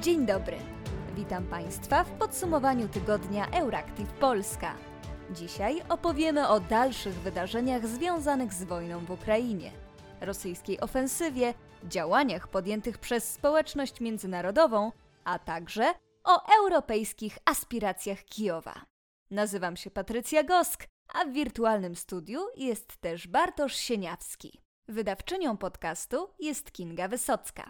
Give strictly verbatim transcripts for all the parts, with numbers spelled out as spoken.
Dzień dobry. Witam Państwa w podsumowaniu tygodnia Euractiv Polska. Dzisiaj opowiemy o dalszych wydarzeniach związanych z wojną w Ukrainie, rosyjskiej ofensywie, działaniach podjętych przez społeczność międzynarodową, a także o europejskich aspiracjach Kijowa. Nazywam się Patrycja Gosk, a w wirtualnym studiu jest też Bartosz Sieniawski. Wydawczynią podcastu jest Kinga Wysocka.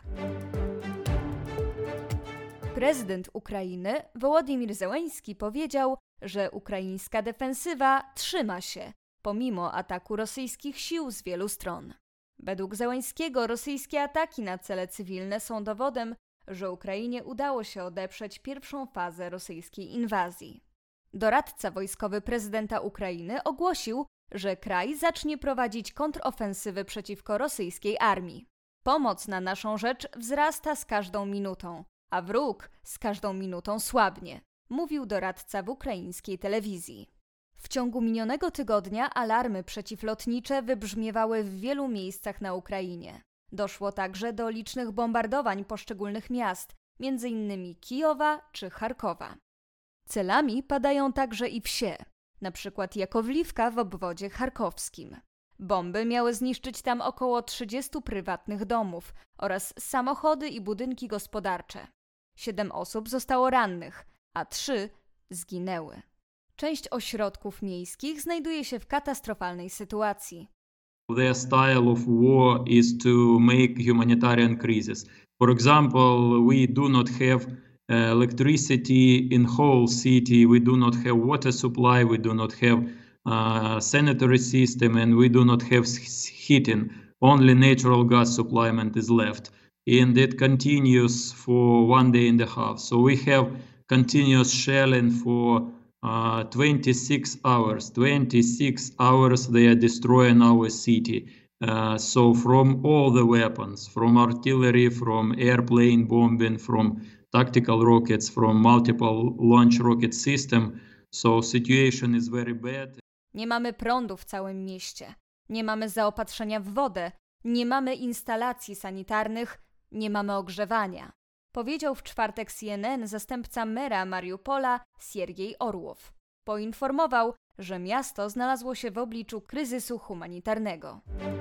Prezydent Ukrainy Wołodymyr Zełenski powiedział, że ukraińska defensywa trzyma się, pomimo ataku rosyjskich sił z wielu stron. Według Zełenskiego rosyjskie ataki na cele cywilne są dowodem, że Ukrainie udało się odeprzeć pierwszą fazę rosyjskiej inwazji. Doradca wojskowy prezydenta Ukrainy ogłosił, że kraj zacznie prowadzić kontrofensywy przeciwko rosyjskiej armii. Pomoc na naszą rzecz wzrasta z każdą minutą, a wróg z każdą minutą słabnie, mówił doradca w ukraińskiej telewizji. W ciągu minionego tygodnia alarmy przeciwlotnicze wybrzmiewały w wielu miejscach na Ukrainie. Doszło także do licznych bombardowań poszczególnych miast, między innymi Kijowa czy Charkowa. Celami padają także i wsie, na przykład Jakowliwka w obwodzie charkowskim. Bomby miały zniszczyć tam około trzydziestu prywatnych domów oraz samochody i budynki gospodarcze. Siedem osób zostało rannych, a trzy zginęły. Część ośrodków miejskich znajduje się w katastrofalnej sytuacji. Their style of war is to make humanitarian crisis. For example, we do not have uh, electricity in whole city, we do not have water supply, we do not have uh, sanitary system, and we do not have heating. Only natural gas supplement is left. And it continues for one day and a half. So we have continuous shelling for uh, twenty-six hours. twenty-six hours they are destroying our city. Uh, so from all the weapons, from artillery, from airplane bombing, from tactical rockets, from multiple launch rocket system. So situation is very bad. Nie mamy prądu w całym mieście. Nie mamy zaopatrzenia w wodę. Nie mamy instalacji sanitarnych. Nie mamy ogrzewania, powiedział w czwartek C N N zastępca mera Mariupola Siergiej Orłow. Poinformował, że miasto znalazło się w obliczu kryzysu humanitarnego.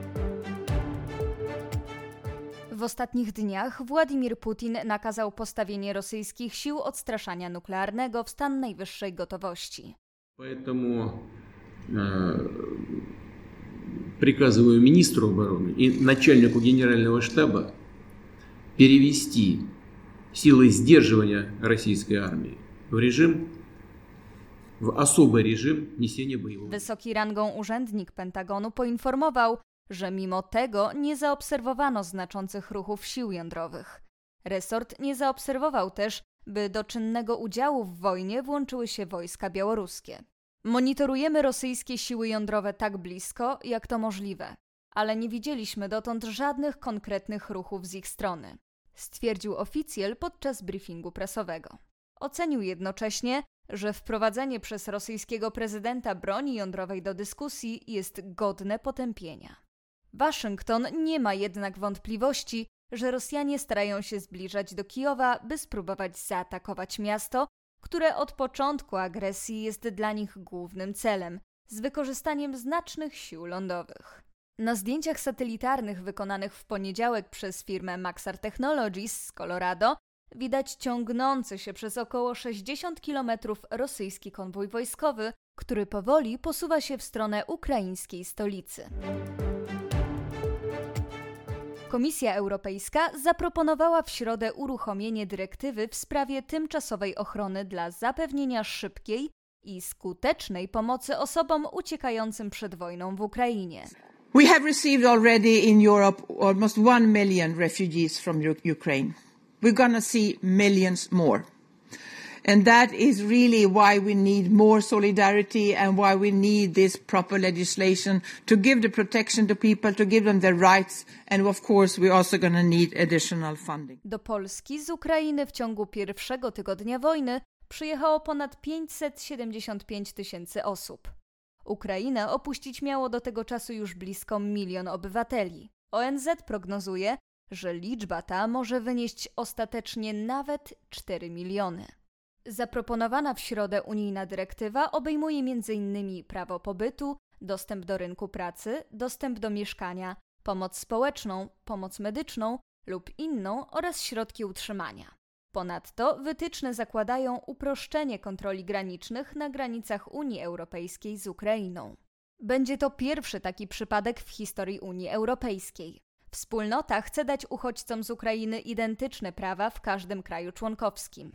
W ostatnich dniach Władimir Putin nakazał postawienie rosyjskich sił odstraszania nuklearnego w stan najwyższej gotowości. Поэтому э, приказываю министру обороны и начальнику генерального штаба перевести силы сдерживания российской армии в режим, в особый режим несения боевого. Wysoki rangą urzędnik Pentagonu poinformował, że mimo tego nie zaobserwowano znaczących ruchów sił jądrowych. Resort nie zaobserwował też, by do czynnego udziału w wojnie włączyły się wojska białoruskie. Monitorujemy rosyjskie siły jądrowe tak blisko, jak to możliwe, ale nie widzieliśmy dotąd żadnych konkretnych ruchów z ich strony, stwierdził oficjel podczas briefingu prasowego. Ocenił jednocześnie, że wprowadzenie przez rosyjskiego prezydenta broni jądrowej do dyskusji jest godne potępienia. Waszyngton nie ma jednak wątpliwości, że Rosjanie starają się zbliżać do Kijowa, by spróbować zaatakować miasto, które od początku agresji jest dla nich głównym celem, z wykorzystaniem znacznych sił lądowych. Na zdjęciach satelitarnych wykonanych w poniedziałek przez firmę Maxar Technologies z Colorado widać ciągnący się przez około sześćdziesiąt kilometrów rosyjski konwój wojskowy, który powoli posuwa się w stronę ukraińskiej stolicy. Komisja Europejska zaproponowała w środę uruchomienie dyrektywy w sprawie tymczasowej ochrony dla zapewnienia szybkiej i skutecznej pomocy osobom uciekającym przed wojną w Ukrainie. We have received already in Europe almost one million refugees from Ukraine. We're going to see millions more. And that is really why we need more solidarity and why we need this proper legislation to give the protection to people, to give them their rights. And of course, we're also going to need additional funding. Do Polski z Ukrainy w ciągu pierwszego tygodnia wojny przyjechało ponad pięćset siedemdziesiąt pięć tysięcy osób. Ukrainę opuścić miało do tego czasu już blisko milion obywateli. O N Z prognozuje, że liczba ta może wynieść ostatecznie nawet cztery miliony. Zaproponowana w środę unijna dyrektywa obejmuje między innymi prawo pobytu, dostęp do rynku pracy, dostęp do mieszkania, pomoc społeczną, pomoc medyczną lub inną oraz środki utrzymania. Ponadto wytyczne zakładają uproszczenie kontroli granicznych na granicach Unii Europejskiej z Ukrainą. Będzie to pierwszy taki przypadek w historii Unii Europejskiej. Wspólnota chce dać uchodźcom z Ukrainy identyczne prawa w każdym kraju członkowskim.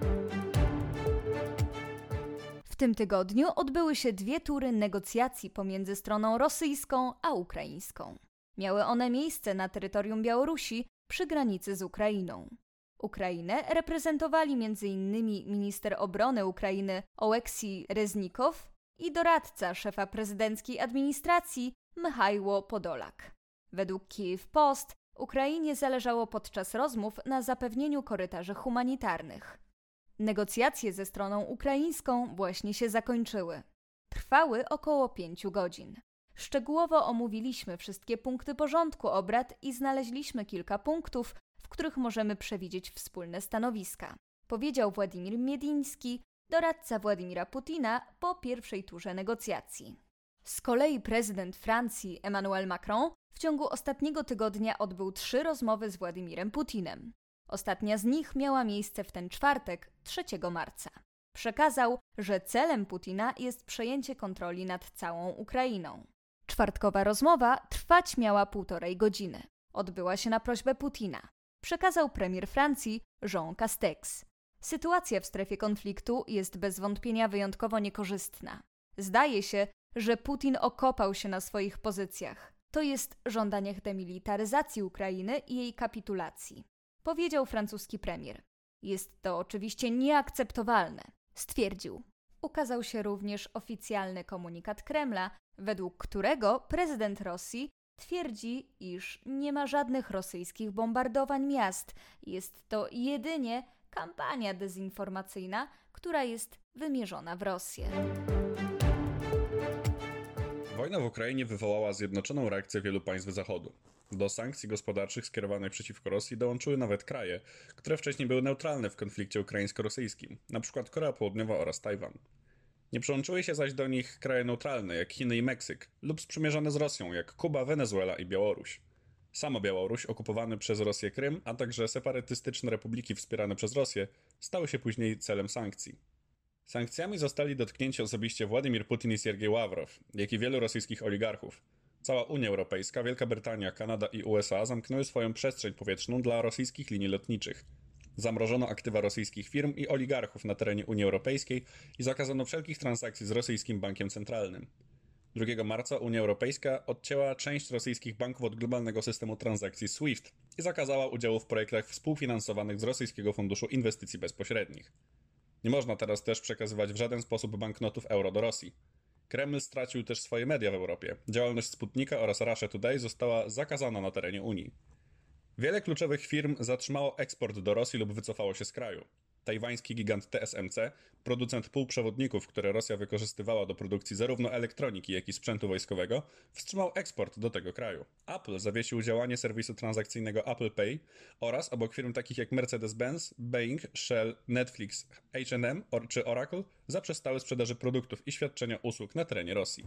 W tym tygodniu odbyły się dwie tury negocjacji pomiędzy stroną rosyjską a ukraińską. Miały one miejsce na terytorium Białorusi przy granicy z Ukrainą. Ukrainę reprezentowali między innymi minister obrony Ukrainy Oleksij Reznikow i doradca szefa prezydenckiej administracji Michajło Podolak. Według Kyiv Post Ukrainie zależało podczas rozmów na zapewnieniu korytarzy humanitarnych. Negocjacje ze stroną ukraińską właśnie się zakończyły. Trwały około pięciu godzin. Szczegółowo omówiliśmy wszystkie punkty porządku obrad i znaleźliśmy kilka punktów, w których możemy przewidzieć wspólne stanowiska, powiedział Władimir Miediński, doradca Władimira Putina po pierwszej turze negocjacji. Z kolei prezydent Francji Emmanuel Macron w ciągu ostatniego tygodnia odbył trzy rozmowy z Władimirem Putinem. Ostatnia z nich miała miejsce w ten czwartek, trzeciego marca. Przekazał, że celem Putina jest przejęcie kontroli nad całą Ukrainą. Czwartkowa rozmowa trwać miała półtorej godziny. Odbyła się na prośbę Putina. Przekazał premier Francji Jean Castex. Sytuacja w strefie konfliktu jest bez wątpienia wyjątkowo niekorzystna. Zdaje się, że Putin okopał się na swoich pozycjach. To jest żądanie demilitaryzacji Ukrainy i jej kapitulacji, powiedział francuski premier. Jest to oczywiście nieakceptowalne, stwierdził. Ukazał się również oficjalny komunikat Kremla, według którego prezydent Rosji twierdzi, iż nie ma żadnych rosyjskich bombardowań miast. Jest to jedynie kampania dezinformacyjna, która jest wymierzona w Rosję. Wojna w Ukrainie wywołała zjednoczoną reakcję wielu państw Zachodu. Do sankcji gospodarczych skierowanych przeciwko Rosji dołączyły nawet kraje, które wcześniej były neutralne w konflikcie ukraińsko-rosyjskim, np. Korea Południowa oraz Tajwan. Nie przyłączyły się zaś do nich kraje neutralne jak Chiny i Meksyk lub sprzymierzone z Rosją jak Kuba, Wenezuela i Białoruś. Sama Białoruś, okupowany przez Rosję Krym, a także separatystyczne republiki wspierane przez Rosję, stały się później celem sankcji. Sankcjami zostali dotknięci osobiście Władimir Putin i Siergiej Ławrow, jak i wielu rosyjskich oligarchów. Cała Unia Europejska, Wielka Brytania, Kanada i U S A zamknęły swoją przestrzeń powietrzną dla rosyjskich linii lotniczych. Zamrożono aktywa rosyjskich firm i oligarchów na terenie Unii Europejskiej i zakazano wszelkich transakcji z rosyjskim bankiem centralnym. drugiego marca Unia Europejska odcięła część rosyjskich banków od globalnego systemu transakcji SWIFT i zakazała udziału w projektach współfinansowanych z Rosyjskiego Funduszu Inwestycji Bezpośrednich. Nie można teraz też przekazywać w żaden sposób banknotów euro do Rosji. Kreml stracił też swoje media w Europie. Działalność Sputnika oraz Russia Today została zakazana na terenie Unii. Wiele kluczowych firm zatrzymało eksport do Rosji lub wycofało się z kraju. Tajwański gigant T S M C, producent półprzewodników, które Rosja wykorzystywała do produkcji zarówno elektroniki, jak i sprzętu wojskowego, wstrzymał eksport do tego kraju. Apple zawiesił działanie serwisu transakcyjnego Apple Pay oraz obok firm takich jak Mercedes-Benz, Boeing, Shell, Netflix, H and M czy Oracle zaprzestały sprzedaży produktów i świadczenia usług na terenie Rosji.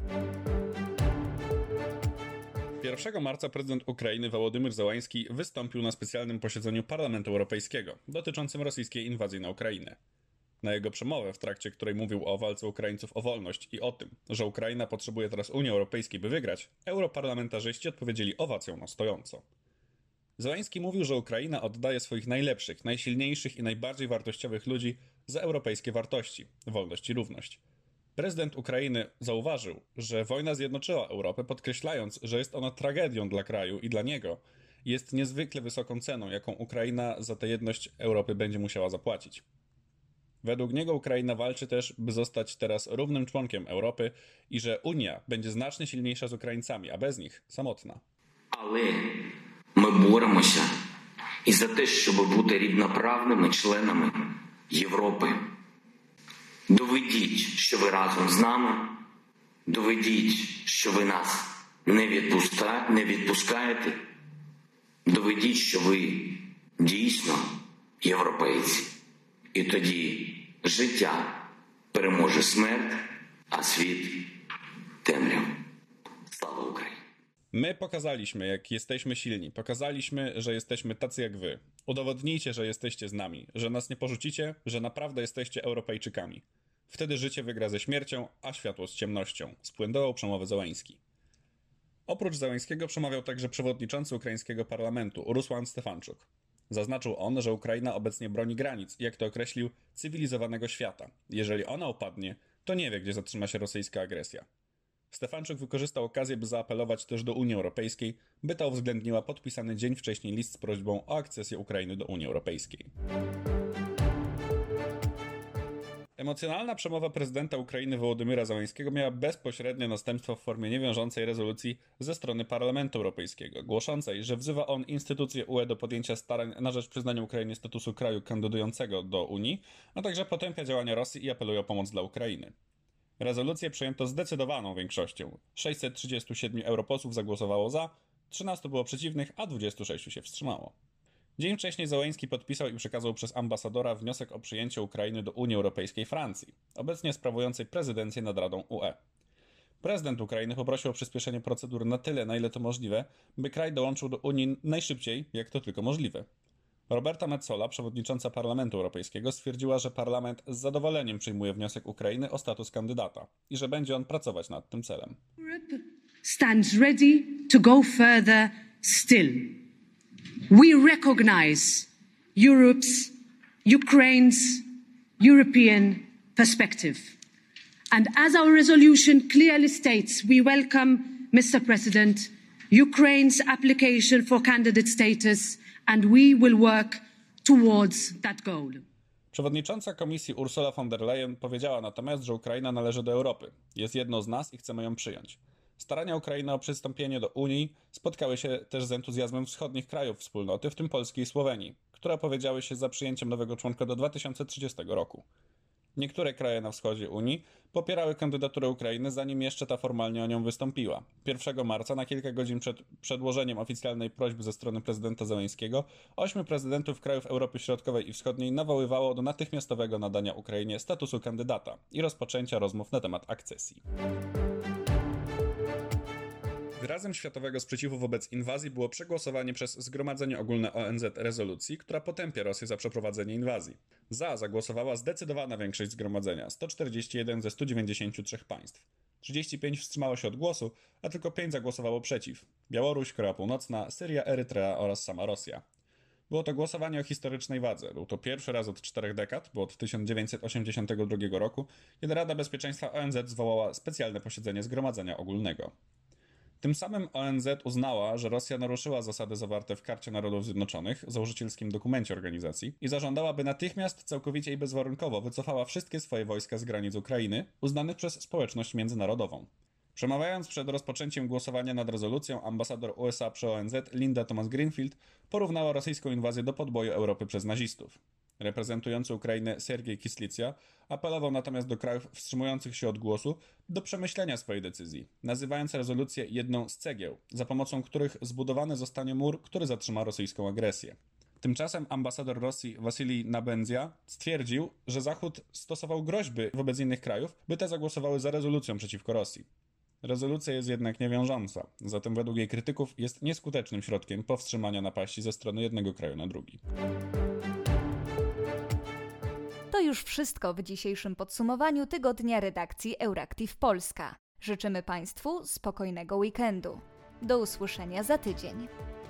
pierwszego marca prezydent Ukrainy Wołodymyr Zełański wystąpił na specjalnym posiedzeniu Parlamentu Europejskiego dotyczącym rosyjskiej inwazji na Ukrainę. Na jego przemowę, w trakcie której mówił o walce Ukraińców o wolność i o tym, że Ukraina potrzebuje teraz Unii Europejskiej, by wygrać, europarlamentarzyści odpowiedzieli owacją na stojąco. Zełański mówił, że Ukraina oddaje swoich najlepszych, najsilniejszych i najbardziej wartościowych ludzi za europejskie wartości, wolność i równość. Prezydent Ukrainy zauważył, że wojna zjednoczyła Europę, podkreślając, że jest ona tragedią dla kraju i dla niego. Jest niezwykle wysoką ceną, jaką Ukraina za tę jedność Europy będzie musiała zapłacić. Według niego Ukraina walczy też, by zostać teraz równym członkiem Europy i że Unia będzie znacznie silniejsza z Ukraińcami, a bez nich samotna. Але ми боремося і за те, щоб бути рівноправними членами Європи. Доведіть, що ви разом з нами, доведіть, що ви нас не відпуска... не відпускаєте, Доведіть, що ви дійсно європейці. І тоді життя переможе смерть, a світ темряву. Слава Україні! My pokazaliśmy, jak jesteśmy silni. Pokazaliśmy, że jesteśmy tacy jak wy. Udowodnijcie, że jesteście z nami, że nas nie porzucicie, że naprawdę jesteście Europejczykami. Wtedy życie wygra ze śmiercią, a światło z ciemnością. Splądował przemowy Zełański. Oprócz Zełańskiego przemawiał także przewodniczący ukraińskiego parlamentu Rusłan Stefanczuk. Zaznaczył on, że Ukraina obecnie broni granic, jak to określił, cywilizowanego świata. Jeżeli ona upadnie, to nie wie, gdzie zatrzyma się rosyjska agresja. Stefanczuk wykorzystał okazję, by zaapelować też do Unii Europejskiej, by ta uwzględniła podpisany dzień wcześniej list z prośbą o akcesję Ukrainy do Unii Europejskiej. Emocjonalna przemowa prezydenta Ukrainy Wołodymyra Zełańskiego miała bezpośrednie następstwo w formie niewiążącej rezolucji ze strony Parlamentu Europejskiego, głoszącej, że wzywa on instytucje U E do podjęcia starań na rzecz przyznania Ukrainie statusu kraju kandydującego do Unii, a także potępia działania Rosji i apeluje o pomoc dla Ukrainy. Rezolucję przyjęto zdecydowaną większością. sześćset trzydzieści siedem europosłów zagłosowało za, trzynastu było przeciwnych, a dwudziestu sześciu się wstrzymało. Dzień wcześniej Zełański podpisał i przekazał przez ambasadora wniosek o przyjęcie Ukrainy do Unii Europejskiej Francji, obecnie sprawującej prezydencję nad Radą U E. Prezydent Ukrainy poprosił o przyspieszenie procedur na tyle, na ile to możliwe, by kraj dołączył do Unii najszybciej, jak to tylko możliwe. Roberta Metsola, przewodnicząca Parlamentu Europejskiego, stwierdziła, że parlament z zadowoleniem przyjmuje wniosek Ukrainy o status kandydata i że będzie on pracować nad tym celem. Europe stands ready to go further still. We recognize Europe's, Ukraine's European perspective. And as our resolution clearly states, we welcome, Mister President, Ukraine's application for candidate status, and we will work towards that goal. Przewodnicząca Komisji Ursula von der Leyen powiedziała natomiast, że Ukraina należy do Europy. Jest jedną z nas i chcemy ją przyjąć. Starania Ukrainy o przystąpienie do Unii spotkały się też z entuzjazmem wschodnich krajów wspólnoty, w tym Polski i Słowenii, które opowiedziały się za przyjęciem nowego członka do dwa tysiące trzydziestego roku. Niektóre kraje na wschodzie Unii popierały kandydaturę Ukrainy, zanim jeszcze ta formalnie o nią wystąpiła. pierwszego marca, na kilka godzin przed przedłożeniem oficjalnej prośby ze strony prezydenta Zełańskiego, ośmiu prezydentów krajów Europy Środkowej i Wschodniej nawoływało do natychmiastowego nadania Ukrainie statusu kandydata i rozpoczęcia rozmów na temat akcesji. Wyrazem światowego sprzeciwu wobec inwazji było przegłosowanie przez Zgromadzenie Ogólne O N Z rezolucji, która potępia Rosję za przeprowadzenie inwazji. Za zagłosowała zdecydowana większość zgromadzenia, sto czterdzieści jeden ze stu dziewięćdziesięciu trzech państw. trzydzieści pięć wstrzymało się od głosu, a tylko pięć zagłosowało przeciw. Białoruś, Korea Północna, Syria, Erytrea oraz sama Rosja. Było to głosowanie o historycznej wadze. Był to pierwszy raz od czterech dekad, bo od tysiąc dziewięćset osiemdziesiątego drugiego roku, kiedy Rada Bezpieczeństwa O N Z zwołała specjalne posiedzenie Zgromadzenia Ogólnego. Tym samym O N Z uznała, że Rosja naruszyła zasady zawarte w Karcie Narodów Zjednoczonych, założycielskim dokumencie organizacji, i zażądała, by natychmiast, całkowicie i bezwarunkowo wycofała wszystkie swoje wojska z granic Ukrainy, uznanych przez społeczność międzynarodową. Przemawiając przed rozpoczęciem głosowania nad rezolucją, ambasador U S A przy O N Z Linda Thomas-Greenfield porównała rosyjską inwazję do podboju Europy przez nazistów. Reprezentujący Ukrainę Sergiej Kislycja apelował natomiast do krajów wstrzymujących się od głosu do przemyślenia swojej decyzji, nazywając rezolucję jedną z cegieł, za pomocą których zbudowany zostanie mur, który zatrzyma rosyjską agresję. Tymczasem ambasador Rosji Wasilij Nabenzia stwierdził, że Zachód stosował groźby wobec innych krajów, by te zagłosowały za rezolucją przeciwko Rosji. Rezolucja jest jednak niewiążąca, zatem według jej krytyków jest nieskutecznym środkiem powstrzymania napaści ze strony jednego kraju na drugi. To już wszystko w dzisiejszym podsumowaniu tygodnia redakcji Euractiv Polska. Życzymy Państwu spokojnego weekendu. Do usłyszenia za tydzień.